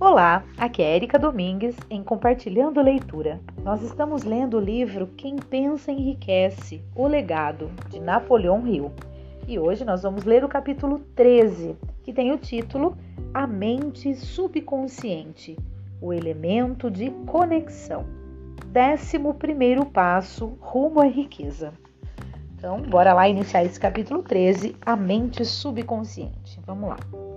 Olá, aqui é Érica Domingues em Compartilhando Leitura. Nós estamos lendo o livro Quem Pensa Enriquece, O Legado, de Napoleão Hill. E hoje nós vamos ler o capítulo 13, que tem o título A Mente Subconsciente, o elemento de conexão. 11º passo rumo à riqueza. Então, bora lá iniciar esse capítulo 13, A Mente Subconsciente. Vamos lá.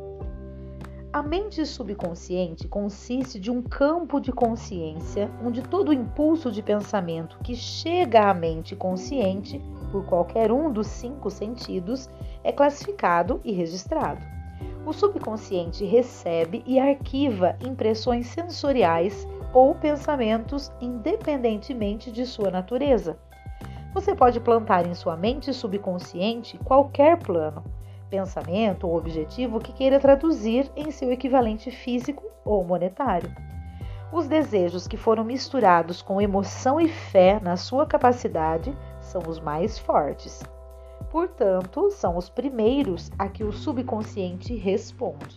A mente subconsciente consiste de um campo de consciência onde todo o impulso de pensamento que chega à mente consciente por qualquer um dos 5 sentidos é classificado e registrado. O subconsciente recebe e arquiva impressões sensoriais ou pensamentos independentemente de sua natureza. Você pode plantar em sua mente subconsciente qualquer plano, pensamento ou objetivo que queira traduzir em seu equivalente físico ou monetário. Os desejos que foram misturados com emoção e fé na sua capacidade são os mais fortes. Portanto, são os primeiros a que o subconsciente responde.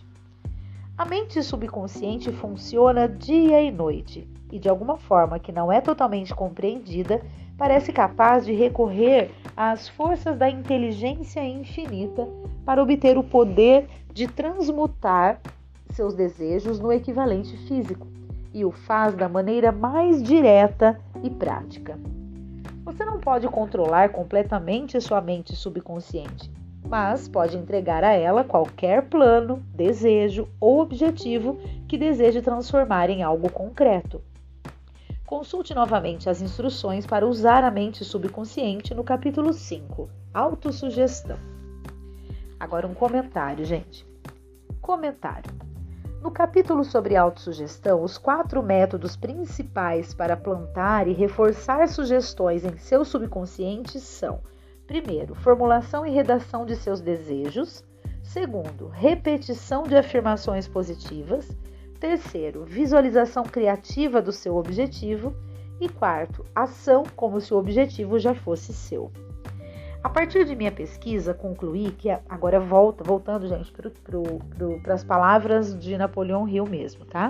A mente subconsciente funciona dia e noite e, de alguma forma que não é totalmente compreendida, parece capaz de recorrer às forças da inteligência infinita para obter o poder de transmutar seus desejos no equivalente físico, e o faz da maneira mais direta e prática. Você não pode controlar completamente sua mente subconsciente, mas pode entregar a ela qualquer plano, desejo ou objetivo que deseje transformar em algo concreto. Consulte novamente as instruções para usar a mente subconsciente no capítulo 5, Autossugestão. Agora um comentário, gente. Comentário. No capítulo sobre autossugestão, os 4 métodos principais para plantar e reforçar sugestões em seu subconsciente são: primeiro, formulação e redação de seus desejos; segundo, repetição de afirmações positivas; terceiro, visualização criativa do seu objetivo; e quarto, ação como se o objetivo já fosse seu. A partir de minha pesquisa, concluí que, agora voltando, gente, para as palavras de Napoleão Hill mesmo, tá?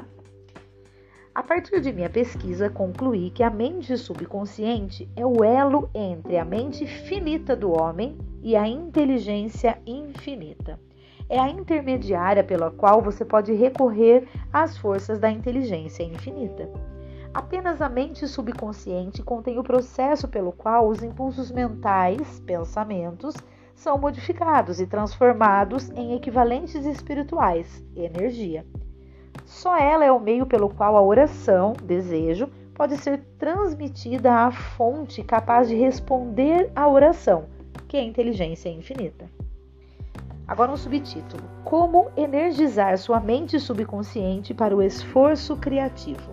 A partir de minha pesquisa, concluí que a mente subconsciente é o elo entre a mente finita do homem e a inteligência infinita. É a intermediária pela qual você pode recorrer às forças da inteligência infinita. Apenas a mente subconsciente contém o processo pelo qual os impulsos mentais, pensamentos, são modificados e transformados em equivalentes espirituais, energia. Só ela é o meio pelo qual a oração, desejo, pode ser transmitida à fonte capaz de responder à oração, que é a inteligência infinita. Agora um subtítulo: Como energizar sua mente subconsciente para o esforço criativo.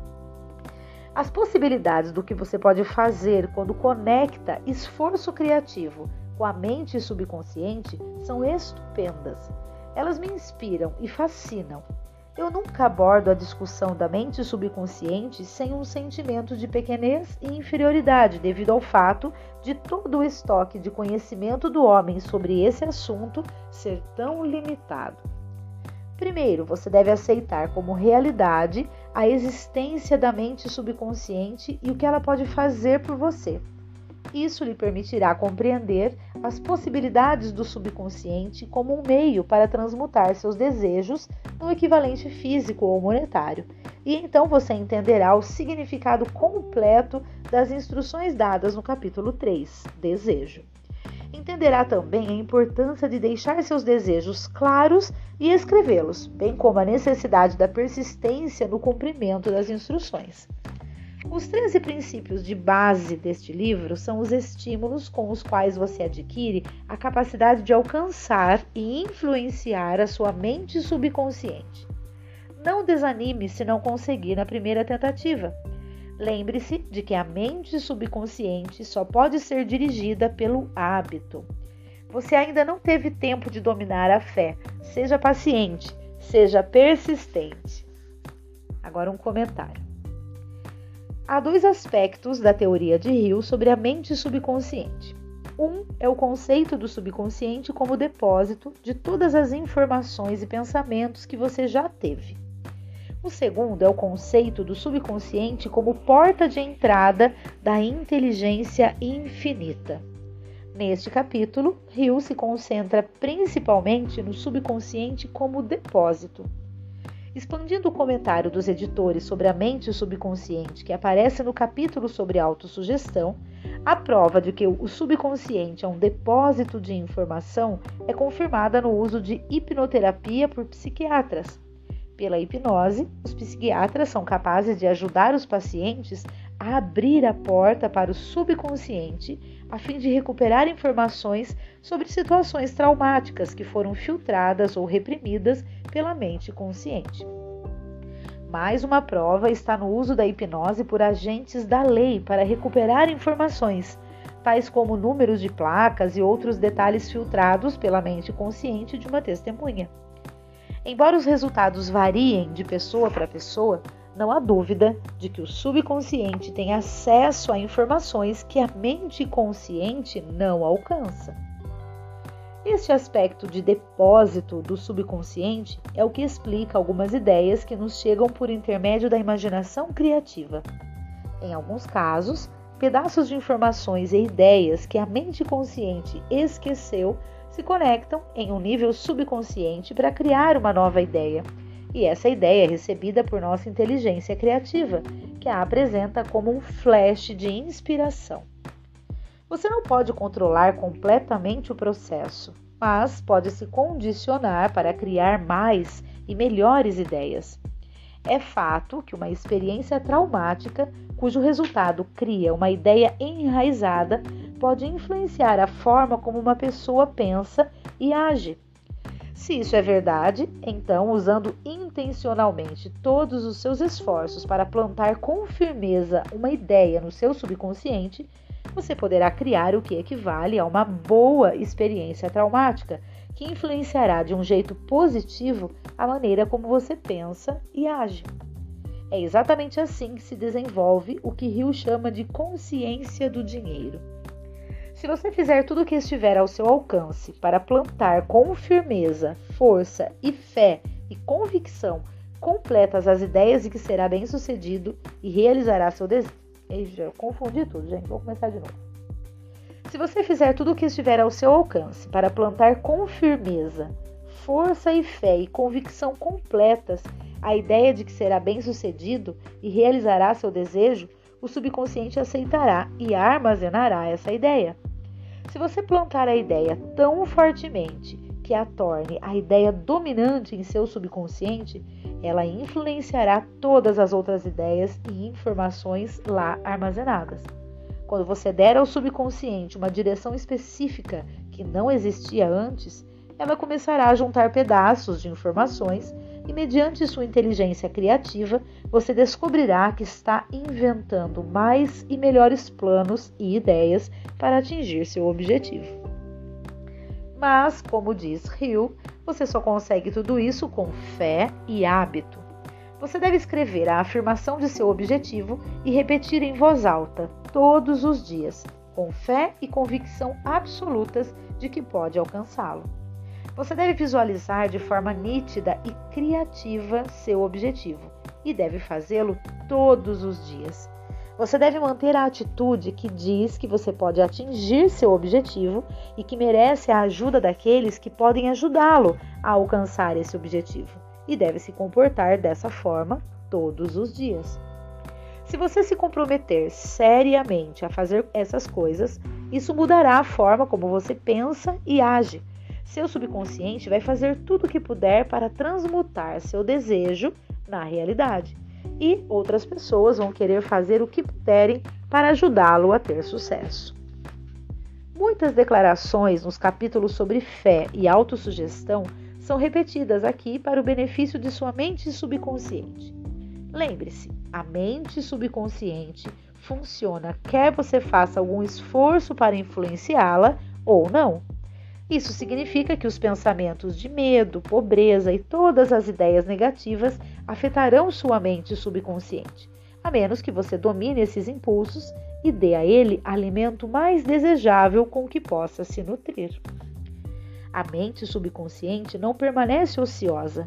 As possibilidades do que você pode fazer quando conecta esforço criativo com a mente subconsciente são estupendas. Elas me inspiram e fascinam. Eu nunca abordo a discussão da mente subconsciente sem um sentimento de pequenez e inferioridade devido ao fato de todo o estoque de conhecimento do homem sobre esse assunto ser tão limitado. Primeiro, você deve aceitar como realidade a existência da mente subconsciente e o que ela pode fazer por você. Isso lhe permitirá compreender as possibilidades do subconsciente como um meio para transmutar seus desejos no equivalente físico ou monetário. E então você entenderá o significado completo das instruções dadas no capítulo 3, Desejo. Entenderá também a importância de deixar seus desejos claros e escrevê-los, bem como a necessidade da persistência no cumprimento das instruções. Os 13 princípios de base deste livro são os estímulos com os quais você adquire a capacidade de alcançar e influenciar a sua mente subconsciente. Não desanime se não conseguir na primeira tentativa. Lembre-se de que a mente subconsciente só pode ser dirigida pelo hábito. Você ainda não teve tempo de dominar a fé. Seja paciente, seja persistente. Agora um comentário. Há 2 aspectos da teoria de Hill sobre a mente subconsciente. Um é o conceito do subconsciente como depósito de todas as informações e pensamentos que você já teve. O segundo é o conceito do subconsciente como porta de entrada da inteligência infinita. Neste capítulo, Hill se concentra principalmente no subconsciente como depósito. Expandindo o comentário dos editores sobre a mente subconsciente que aparece no capítulo sobre autossugestão, a prova de que o subconsciente é um depósito de informação é confirmada no uso de hipnoterapia por psiquiatras. Pela hipnose, os psiquiatras são capazes de ajudar os pacientes a abrir a porta para o subconsciente a fim de recuperar informações sobre situações traumáticas que foram filtradas ou reprimidas pela mente consciente. Mais uma prova está no uso da hipnose por agentes da lei para recuperar informações, tais como números de placas e outros detalhes filtrados pela mente consciente de uma testemunha. Embora os resultados variem de pessoa para pessoa, não há dúvida de que o subconsciente tem acesso a informações que a mente consciente não alcança. Este aspecto de depósito do subconsciente é o que explica algumas ideias que nos chegam por intermédio da imaginação criativa. Em alguns casos, pedaços de informações e ideias que a mente consciente esqueceu se conectam em um nível subconsciente para criar uma nova ideia. E essa ideia é recebida por nossa inteligência criativa, que a apresenta como um flash de inspiração. Você não pode controlar completamente o processo, mas pode se condicionar para criar mais e melhores ideias. É fato que uma experiência traumática, cujo resultado cria uma ideia enraizada, pode influenciar a forma como uma pessoa pensa e age. Se isso é verdade, então, usando intencionalmente todos os seus esforços para plantar com firmeza uma ideia no seu subconsciente, você poderá criar o que equivale a uma boa experiência traumática, que influenciará de um jeito positivo a maneira como você pensa e age. É exatamente assim que se desenvolve o que Hill chama de consciência do dinheiro. Se você fizer tudo o que estiver ao seu alcance para plantar com firmeza, força e fé e convicção completas as ideias de que será bem-sucedido e realizará seu desejo. Eu confundi tudo, gente. Vou começar de novo. Se você fizer tudo o que estiver ao seu alcance para plantar com firmeza, força e fé e convicção completas a ideia de que será bem-sucedido e realizará seu desejo, o subconsciente aceitará e armazenará essa ideia. Se você plantar a ideia tão fortemente que a torne a ideia dominante em seu subconsciente, ela influenciará todas as outras ideias e informações lá armazenadas. Quando você der ao subconsciente uma direção específica que não existia antes, ela começará a juntar pedaços de informações e, mediante sua inteligência criativa, você descobrirá que está inventando mais e melhores planos e ideias para atingir seu objetivo. Mas, como diz Hill, você só consegue tudo isso com fé e hábito. Você deve escrever a afirmação de seu objetivo e repetir em voz alta, todos os dias, com fé e convicção absolutas de que pode alcançá-lo. Você deve visualizar de forma nítida e criativa seu objetivo e deve fazê-lo todos os dias. Você deve manter a atitude que diz que você pode atingir seu objetivo e que merece a ajuda daqueles que podem ajudá-lo a alcançar esse objetivo, e deve se comportar dessa forma todos os dias. Se você se comprometer seriamente a fazer essas coisas, isso mudará a forma como você pensa e age. Seu subconsciente vai fazer tudo o que puder para transmutar seu desejo na realidade. E outras pessoas vão querer fazer o que puderem para ajudá-lo a ter sucesso. Muitas declarações nos capítulos sobre fé e autossugestão são repetidas aqui para o benefício de sua mente subconsciente. Lembre-se, a mente subconsciente funciona quer você faça algum esforço para influenciá-la ou não. Isso significa que os pensamentos de medo, pobreza e todas as ideias negativas afetarão sua mente subconsciente, a menos que você domine esses impulsos e dê a ele alimento mais desejável com que possa se nutrir. A mente subconsciente não permanece ociosa.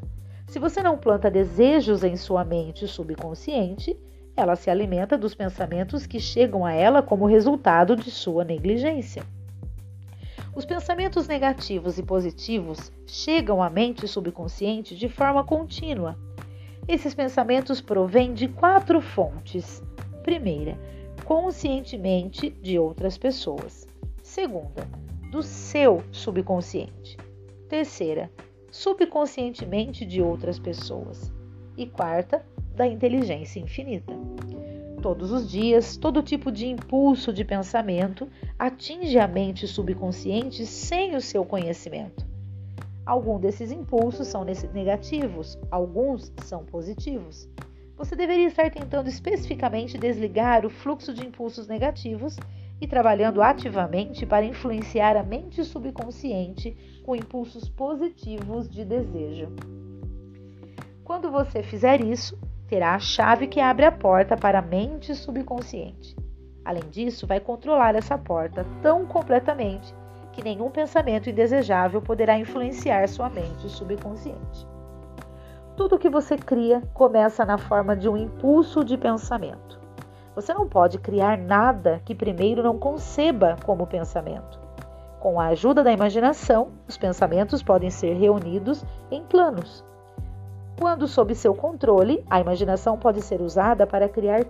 Se você não planta desejos em sua mente subconsciente, ela se alimenta dos pensamentos que chegam a ela como resultado de sua negligência. Os pensamentos negativos e positivos chegam à mente subconsciente de forma contínua. Esses pensamentos provêm de 4 fontes. Primeira, conscientemente de outras pessoas. Segunda, do seu subconsciente. Terceira, subconscientemente de outras pessoas. E quarta, da inteligência infinita. Todos os dias, todo tipo de impulso de pensamento atinge a mente subconsciente sem o seu conhecimento. Alguns desses impulsos são negativos, alguns são positivos. Você deveria estar tentando especificamente desligar o fluxo de impulsos negativos e trabalhando ativamente para influenciar a mente subconsciente com impulsos positivos de desejo. Quando você fizer isso, terá a chave que abre a porta para a mente subconsciente. Além disso, vai controlar essa porta tão completamente que nenhum pensamento indesejável poderá influenciar sua mente subconsciente. Tudo que você cria começa na forma de um impulso de pensamento. Você não pode criar nada que primeiro não conceba como pensamento. Com a ajuda da imaginação, os pensamentos podem ser reunidos em planos. Quando sob seu controle, a imaginação pode ser usada para criar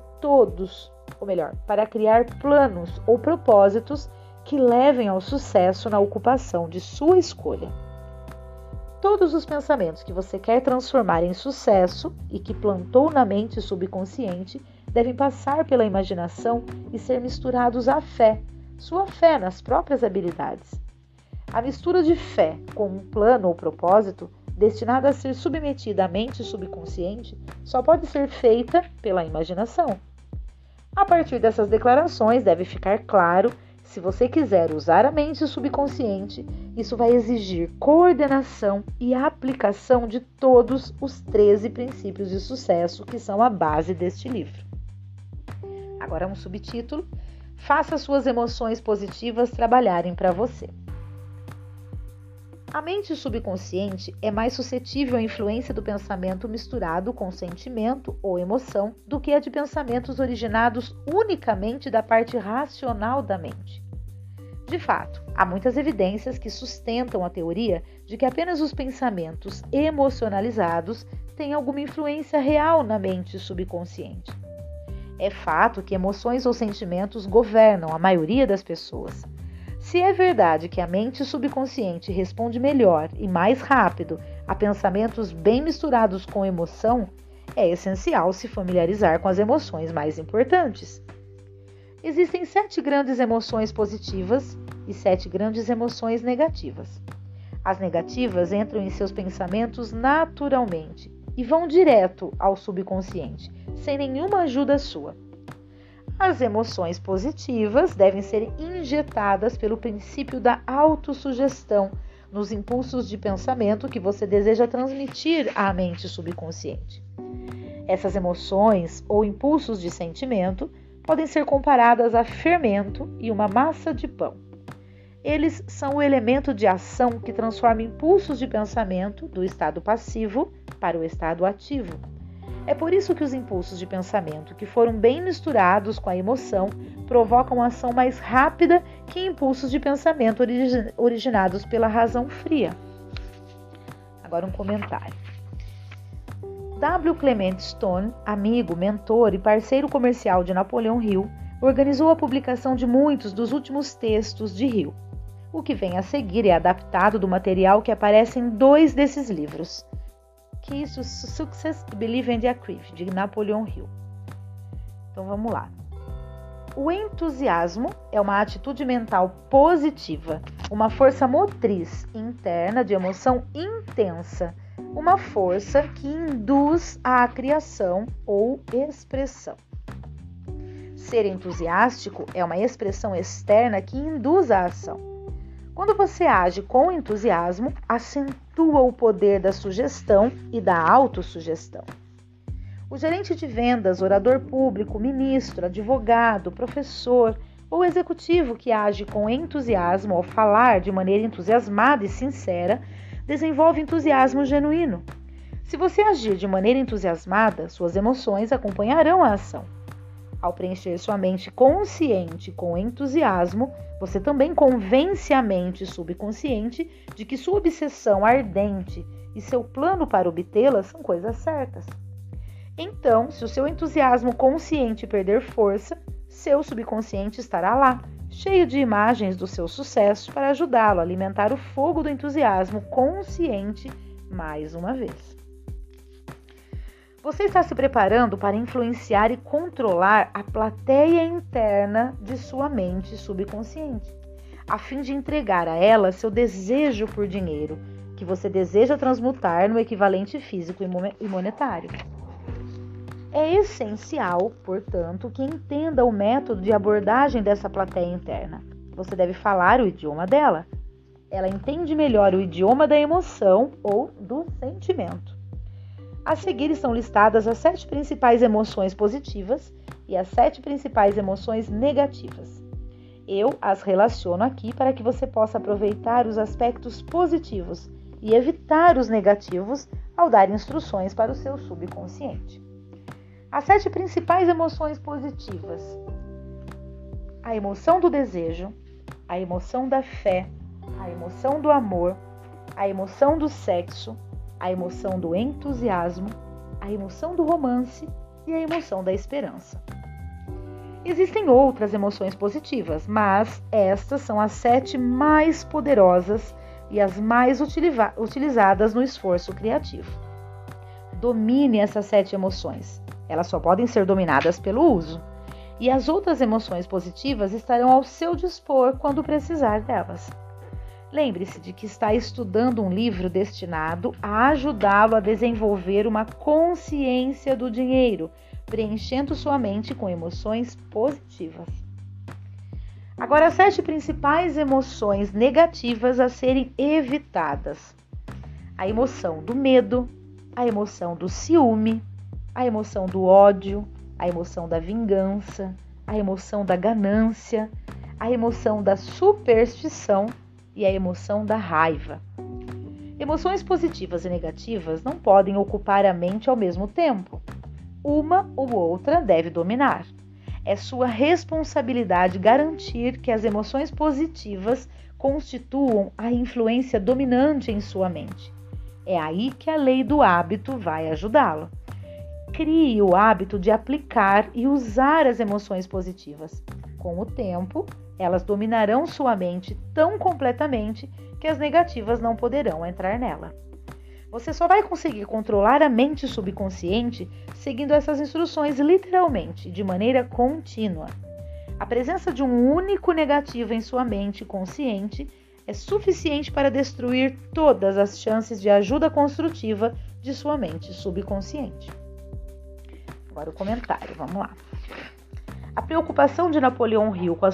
para criar planos ou propósitos que levem ao sucesso na ocupação de sua escolha. Todos os pensamentos que você quer transformar em sucesso e que plantou na mente subconsciente devem passar pela imaginação e ser misturados à fé, sua fé nas próprias habilidades. A mistura de fé com um plano ou propósito destinada a ser submetida à mente subconsciente só pode ser feita pela imaginação. A partir dessas declarações, deve ficar claro que se você quiser usar a mente subconsciente, isso vai exigir coordenação e aplicação de todos os 13 princípios de sucesso que são a base deste livro. Agora um subtítulo: Faça suas emoções positivas trabalharem para você. A mente subconsciente é mais suscetível à influência do pensamento misturado com sentimento ou emoção do que a de pensamentos originados unicamente da parte racional da mente. De fato, há muitas evidências que sustentam a teoria de que apenas os pensamentos emocionalizados têm alguma influência real na mente subconsciente. É fato que emoções ou sentimentos governam a maioria das pessoas. Se é verdade que a mente subconsciente responde melhor e mais rápido a pensamentos bem misturados com emoção, é essencial se familiarizar com as emoções mais importantes. Existem 7 grandes emoções positivas e 7 grandes emoções negativas. As negativas entram em seus pensamentos naturalmente e vão direto ao subconsciente, sem nenhuma ajuda sua. As emoções positivas devem ser injetadas pelo princípio da autossugestão nos impulsos de pensamento que você deseja transmitir à mente subconsciente. Essas emoções ou impulsos de sentimento podem ser comparadas a fermento e uma massa de pão. Eles são o elemento de ação que transforma impulsos de pensamento do estado passivo para o estado ativo. É por isso que os impulsos de pensamento que foram bem misturados com a emoção provocam ação mais rápida que impulsos de pensamento originados pela razão fria. Agora um comentário. W. Clement Stone, amigo, mentor e parceiro comercial de Napoleão Hill, organizou a publicação de muitos dos últimos textos de Hill. O que vem a seguir é adaptado do material que aparece em 2 desses livros, Keys to Success e Believe and Achieve, de Napoleão Hill. Então vamos lá. O entusiasmo é uma atitude mental positiva, uma força motriz interna de emoção intensa, uma força que induz à criação ou expressão. Ser entusiástico é uma expressão externa que induz a ação. Quando você age com entusiasmo, acentua o poder da sugestão e da autossugestão. O gerente de vendas, orador público, ministro, advogado, professor ou executivo que age com entusiasmo ao falar de maneira entusiasmada e sincera, desenvolve entusiasmo genuíno. Se você agir de maneira entusiasmada, suas emoções acompanharão a ação. Ao preencher sua mente consciente com entusiasmo, você também convence a mente subconsciente de que sua obsessão ardente e seu plano para obtê-la são coisas certas. Então, se o seu entusiasmo consciente perder força, seu subconsciente estará lá, cheio de imagens do seu sucesso para ajudá-lo a alimentar o fogo do entusiasmo consciente mais uma vez. Você está se preparando para influenciar e controlar a plateia interna de sua mente subconsciente, a fim de entregar a ela seu desejo por dinheiro, que você deseja transmutar no equivalente físico e monetário. É essencial, portanto, que entenda o método de abordagem dessa plateia interna. Você deve falar o idioma dela. Ela entende melhor o idioma da emoção ou do sentimento. A seguir estão listadas as 7 principais emoções positivas e as 7 principais emoções negativas. Eu as relaciono aqui para que você possa aproveitar os aspectos positivos e evitar os negativos ao dar instruções para o seu subconsciente. As 7 principais emoções positivas: a emoção do desejo, a emoção da fé, a emoção do amor, a emoção do sexo, a emoção do entusiasmo, a emoção do romance e a emoção da esperança. Existem outras emoções positivas, mas estas são as 7 mais poderosas e as mais utilizadas no esforço criativo. Domine essas 7 emoções. Elas só podem ser dominadas pelo uso. E as outras emoções positivas estarão ao seu dispor quando precisar delas. Lembre-se de que está estudando um livro destinado a ajudá-lo a desenvolver uma consciência do dinheiro, preenchendo sua mente com emoções positivas. Agora, as 7 principais emoções negativas a serem evitadas: a emoção do medo, a emoção do ciúme, a emoção do ódio, a emoção da vingança, a emoção da ganância, a emoção da superstição e a emoção da raiva. Emoções positivas e negativas não podem ocupar a mente ao mesmo tempo. Uma ou outra deve dominar. É sua responsabilidade garantir que as emoções positivas constituam a influência dominante em sua mente. É aí que a lei do hábito vai ajudá-lo. Crie o hábito de aplicar e usar as emoções positivas. Com o tempo, elas dominarão sua mente tão completamente que as negativas não poderão entrar nela. Você só vai conseguir controlar a mente subconsciente seguindo essas instruções literalmente, de maneira contínua. A presença de um único negativo em sua mente consciente é suficiente para destruir todas as chances de ajuda construtiva de sua mente subconsciente. Agora o comentário, vamos lá. A preocupação de Napoleão Hill com a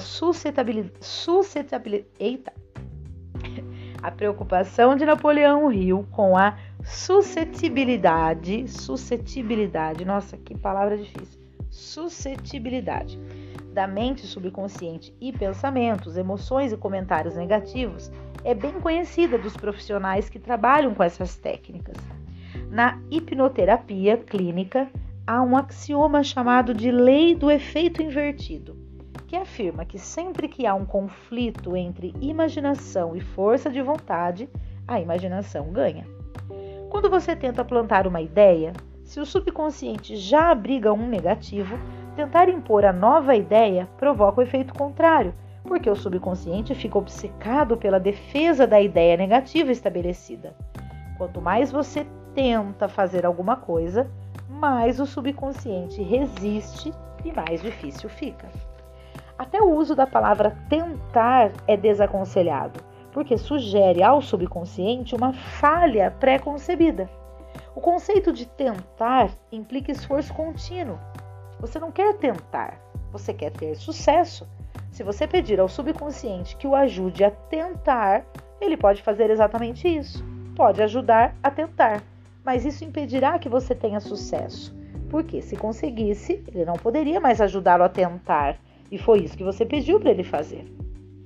A preocupação de Napoleão Hill com a suscetibilidade, nossa, que palavra difícil, suscetibilidade da mente subconsciente e pensamentos, emoções e comentários negativos é bem conhecida dos profissionais que trabalham com essas técnicas. Na hipnoterapia clínica, há um axioma chamado de lei do efeito invertido, que afirma que sempre que há um conflito entre imaginação e força de vontade, a imaginação ganha. Quando você tenta plantar uma ideia, se o subconsciente já abriga um negativo, tentar impor a nova ideia provoca o efeito contrário, porque o subconsciente fica obcecado pela defesa da ideia negativa estabelecida. Quanto mais você tenta fazer alguma coisa, mais o subconsciente resiste e mais difícil fica. Até o uso da palavra tentar é desaconselhado, porque sugere ao subconsciente uma falha pré-concebida. O conceito de tentar implica esforço contínuo. Você não quer tentar, você quer ter sucesso. Se você pedir ao subconsciente que o ajude a tentar, ele pode fazer exatamente isso. Pode ajudar a tentar, mas isso impedirá que você tenha sucesso, porque se conseguisse, ele não poderia mais ajudá-lo a tentar, e foi isso que você pediu para ele fazer.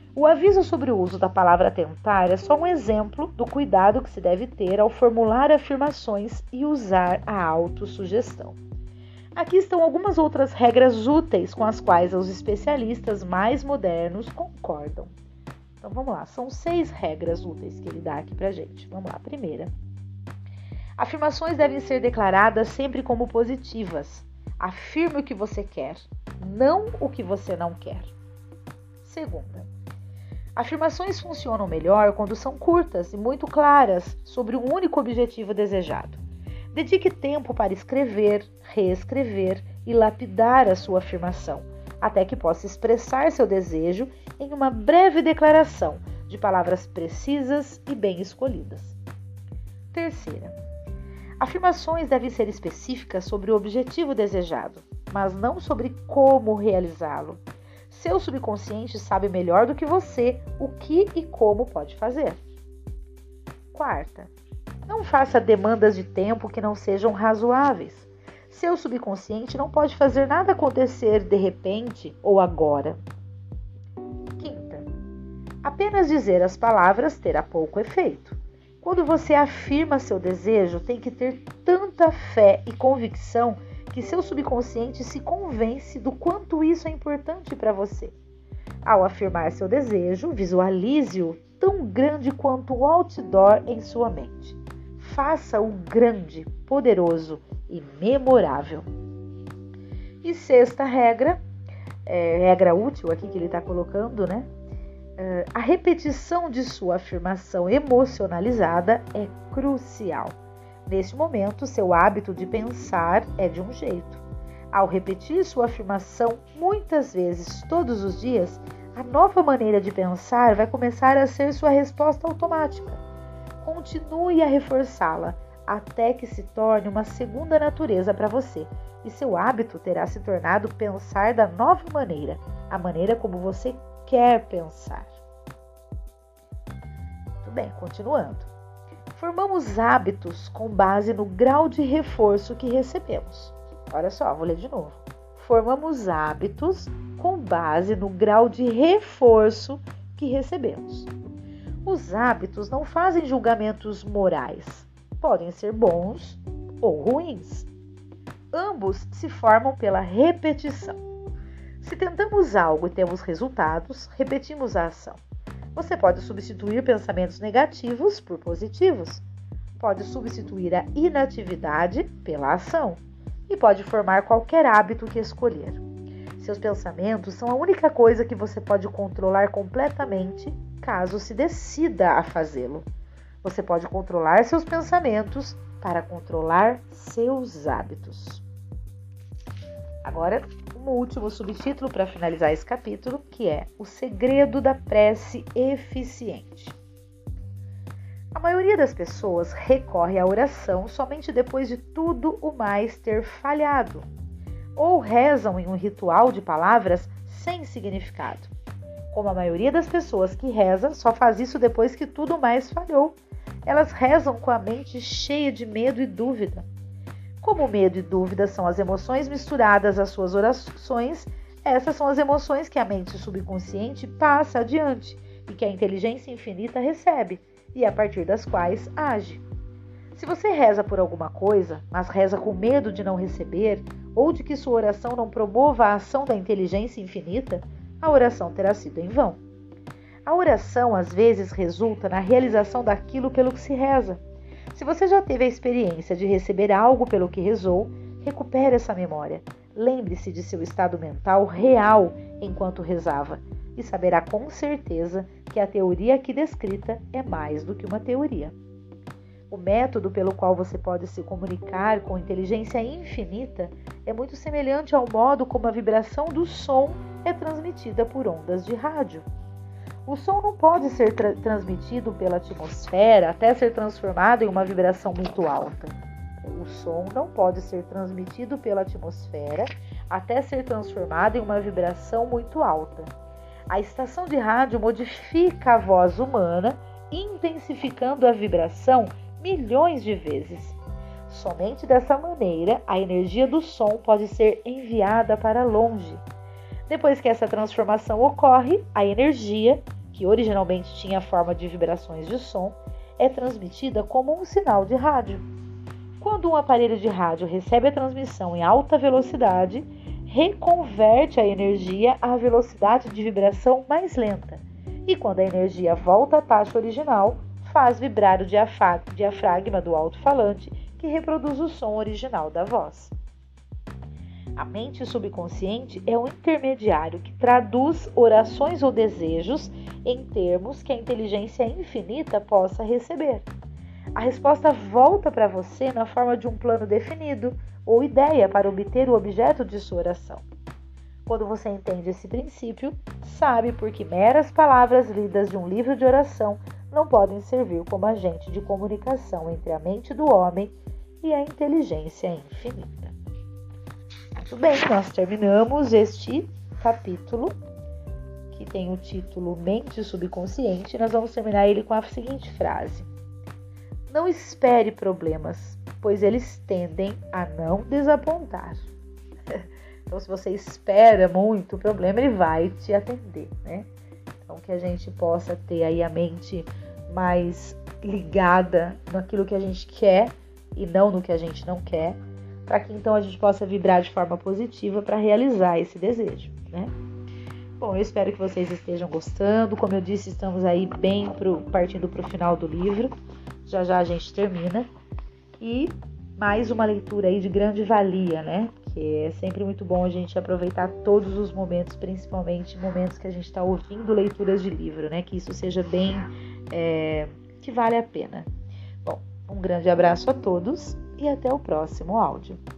O aviso sobre o uso da palavra tentar é só um exemplo do cuidado que se deve ter ao formular afirmações e usar a autossugestão. Aqui estão algumas outras regras úteis com as quais os especialistas mais modernos concordam. Então vamos lá, são 6 regras úteis que ele dá aqui pra gente. Vamos lá, primeira. Afirmações devem ser declaradas sempre como positivas. Afirme o que você quer, não o que você não quer. Segunda. Afirmações funcionam melhor quando são curtas e muito claras sobre um único objetivo desejado. Dedique tempo para escrever, reescrever e lapidar a sua afirmação, até que possa expressar seu desejo em uma breve declaração de palavras precisas e bem escolhidas. Terceira, afirmações devem ser específicas sobre o objetivo desejado, mas não sobre como realizá-lo. Seu subconsciente sabe melhor do que você o que e como pode fazer. Quarta, não faça demandas de tempo que não sejam razoáveis. Seu subconsciente não pode fazer nada acontecer de repente ou agora. Quinta, apenas dizer as palavras terá pouco efeito. Quando você afirma seu desejo, tem que ter tanta fé e convicção que seu subconsciente se convence do quanto isso é importante para você. Ao afirmar seu desejo, visualize-o tão grande quanto o outdoor em sua mente. Faça-o grande, poderoso e memorável. E sexta regra, regra útil aqui que ele está colocando, né? A repetição de sua afirmação emocionalizada é crucial. Neste momento, seu hábito de pensar é de um jeito. Ao repetir sua afirmação muitas vezes, todos os dias, a nova maneira de pensar vai começar a ser sua resposta automática. Continue a reforçá-la até que se torne uma segunda natureza para você e seu hábito terá se tornado pensar da nova maneira, a maneira como você quer pensar. Muito bem, continuando. Formamos hábitos com base no grau de reforço que recebemos. Olha só, vou ler de novo. Formamos hábitos com base no grau de reforço que recebemos. Os hábitos não fazem julgamentos morais. Podem ser bons ou ruins. Ambos se formam pela repetição. Se tentamos algo e temos resultados, repetimos a ação. Você pode substituir pensamentos negativos por positivos. Pode substituir a inatividade pela ação. E pode formar qualquer hábito que escolher. Seus pensamentos são a única coisa que você pode controlar completamente caso se decida a fazê-lo. Você pode controlar seus pensamentos para controlar seus hábitos. Agora, um último subtítulo para finalizar esse capítulo, que é o segredo da prece eficiente. A maioria das pessoas recorre à oração somente depois de tudo o mais ter falhado, ou rezam em um ritual de palavras sem significado. Como a maioria das pessoas que reza só faz isso depois que tudo mais falhou, elas rezam com a mente cheia de medo e dúvida. Como medo e dúvida são as emoções misturadas às suas orações, essas são as emoções que a mente subconsciente passa adiante e que a inteligência infinita recebe e a partir das quais age. Se você reza por alguma coisa, mas reza com medo de não receber ou de que sua oração não promova a ação da inteligência infinita, a oração terá sido em vão. A oração às vezes resulta na realização daquilo pelo que se reza. Se você já teve a experiência de receber algo pelo que rezou, recupere essa memória. Lembre-se de seu estado mental real enquanto rezava e saberá com certeza que a teoria aqui descrita é mais do que uma teoria. O método pelo qual você pode se comunicar com inteligência infinita é muito semelhante ao modo como a vibração do som é transmitida por ondas de rádio. O som não pode ser transmitido pela atmosfera até ser transformado em uma vibração muito alta. O som não pode ser transmitido pela atmosfera até ser transformado em uma vibração muito alta. A estação de rádio modifica a voz humana, intensificando a vibração milhões de vezes. Somente dessa maneira, a energia do som pode ser enviada para longe. Depois que essa transformação ocorre, a energia que originalmente tinha forma de vibrações de som, é transmitida como um sinal de rádio. Quando um aparelho de rádio recebe a transmissão em alta velocidade, reconverte a energia à velocidade de vibração mais lenta. E quando a energia volta à taxa original, faz vibrar o diafragma do alto-falante, que reproduz o som original da voz. A mente subconsciente é um intermediário que traduz orações ou desejos em termos que a inteligência infinita possa receber. A resposta volta para você na forma de um plano definido ou ideia para obter o objeto de sua oração. Quando você entende esse princípio, sabe por que meras palavras lidas de um livro de oração não podem servir como agente de comunicação entre a mente do homem e a inteligência infinita. Muito bem, nós terminamos este capítulo, que tem o título Mente Subconsciente. Nós vamos terminar ele com a seguinte frase: não espere problemas, pois eles tendem a não desapontar. Então, se você espera muito o problema, ele vai te atender, né? Então, que a gente possa ter aí a mente mais ligada naquilo que a gente quer e não no que a gente não quer, para que então a gente possa vibrar de forma positiva para realizar esse desejo, né? Bom, eu espero que vocês estejam gostando. Como eu disse, estamos aí bem partindo para o final do livro. Já já a gente termina. E mais uma leitura aí de grande valia, né? Que é sempre muito bom a gente aproveitar todos os momentos, principalmente momentos que a gente está ouvindo leituras de livro, né? Que isso seja bem, que vale a pena. Bom, um grande abraço a todos e até o próximo áudio.